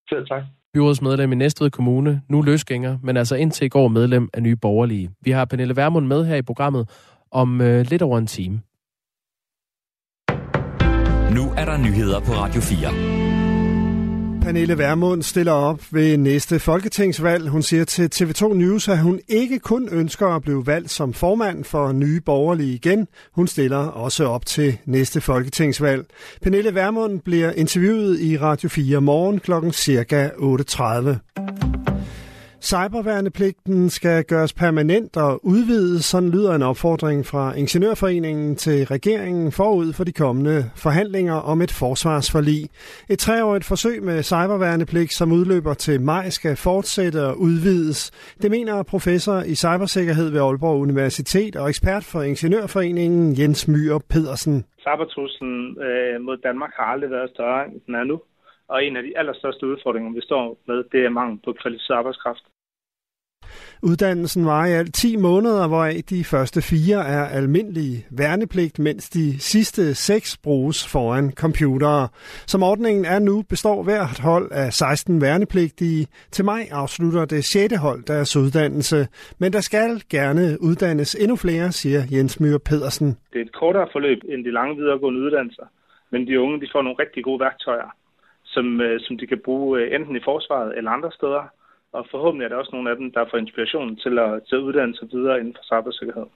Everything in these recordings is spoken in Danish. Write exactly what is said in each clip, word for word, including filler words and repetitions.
Selv tak. Byrådsmedlem i Næstved Kommune, nu løsgænger, men altså indtil i går medlem af Nye Borgerlige. Vi har Pernille Vermund med her i programmet om øh, lidt over en time. Nu er der nyheder på Radio fire. Pernille Vermund stiller op ved næste folketingsvalg. Hun siger til T V to News, at hun ikke kun ønsker at blive valgt som formand for Nye Borgerlige igen. Hun stiller også op til næste folketingsvalg. Pernille Vermund bliver interviewet i Radio fire morgen klokken cirka otte tredive. Cyberværnepligten skal gøres permanent og udvides, sådan lyder en opfordring fra Ingeniørforeningen til regeringen forud for de kommende forhandlinger om et forsvarsforlig. Et treårigt forsøg med cyberværnepligt, som udløber til maj, skal fortsætte og udvides. Det mener professor i cybersikkerhed ved Aalborg Universitet og ekspert for Ingeniørforeningen Jens Myhr Pedersen. Cybertruslen øh, mod Danmark har aldrig været større, end den er nu. Og en af de allerstørste udfordringer, vi står med, det er mangel på kvalificeret arbejdskraft. Uddannelsen varer i alt ti måneder, hvoraf de første fire er almindelig værnepligt, mens de sidste seks bruges foran computere. Som ordningen er nu, består hvert hold af seksten værnepligtige. Til maj afslutter det sjette hold deres uddannelse. Men der skal gerne uddannes endnu flere, siger Jens Myhr Pedersen. Det er et kortere forløb end de lange videregående uddannelser, men de unge de får nogle rigtig gode værktøjer, som, som de kan bruge enten i forsvaret eller andre steder. Og forhåbentlig er der også nogle af dem, der får inspiration til at, til at uddanne sig videre inden for cybersikkerhed.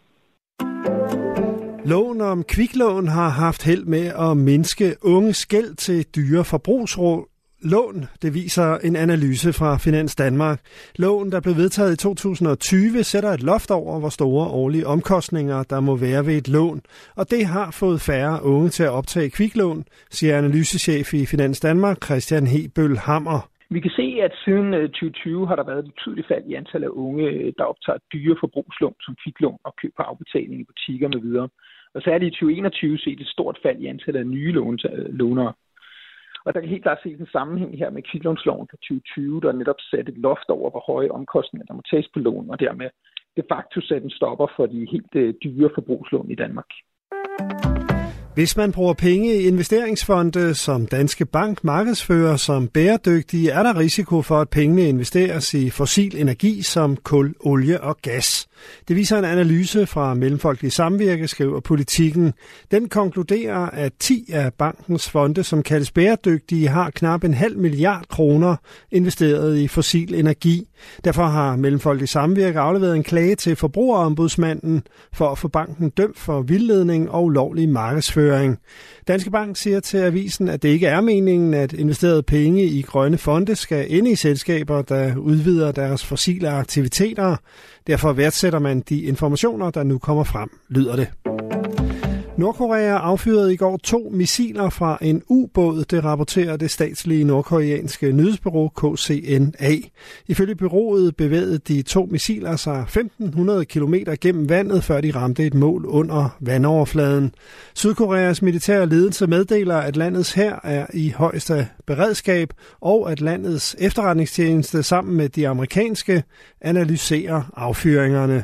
Loven om kviklån har haft held med at mindske unges gæld til dyre forbrugslån. Det viser en analyse fra Finans Danmark. Loven, der blev vedtaget i to tusind og tyve, sætter et loft over, hvor store årlige omkostninger der må være ved et lån. Og det har fået færre unge til at optage kviklån, siger analysechef i Finans Danmark, Christian Hebøl Hammer. Vi kan se, at siden tyve tyve har der været et betydeligt fald i antallet af unge, der optager dyre forbrugslån som kviklån og køb på afbetaling i butikker med videre. Og så er det i tyve enogtyve set et stort fald i antallet af nye lånere. Og der kan helt klart ses en sammenhæng her med kviklånsloven fra tyve tyve, der netop satte et loft over, hvor høje omkostninger der må tages på lån, og dermed de facto sætte en stopper for de helt dyre forbrugslån i Danmark. Hvis man bruger penge i investeringsfonde, som Danske Bank markedsfører som bæredygtige, er der risiko for, at pengene investeres i fossil energi som kul, olie og gas. Det viser en analyse fra Mellemfolkeligt Samvirke, skriver Politikken. Den konkluderer, at ti af bankens fonde, som kaldes bæredygtige, har knap en halv milliard kroner investeret i fossil energi. Derfor har Mellemfolkeligt Samvirke afleveret en klage til Forbrugerombudsmanden for at få banken dømt for vildledning og ulovlig markedsføring. Danske Bank siger til avisen, at det ikke er meningen, at investerede penge i grønne fonde skal ende i selskaber, der udvider deres fossile aktiviteter. Derfor værdsætter man de informationer, der nu kommer frem, lyder det. Nordkorea affyrede i går to missiler fra en ubåd, det rapporterer det statslige nordkoreanske nyhedsbureau K C N A. Ifølge bureauet bevægede de to missiler sig femten hundrede kilometer gennem vandet, før de ramte et mål under vandoverfladen. Sydkoreas militære ledelse meddeler, at landets hær er i højeste beredskab, og at landets efterretningstjeneste sammen med de amerikanske analyserer affyringerne.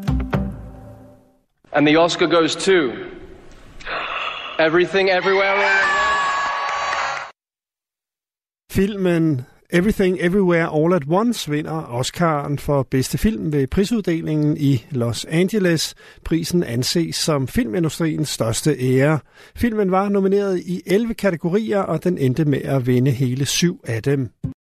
And the Oscar goes to Everything Everywhere All at Once. Filmen Everything Everywhere All at Once vinder Oscaren for bedste film ved prisuddelingen i Los Angeles. Prisen anses som filmindustriens største ære. Filmen var nomineret i elleve kategorier, og den endte med at vinde hele syv af dem.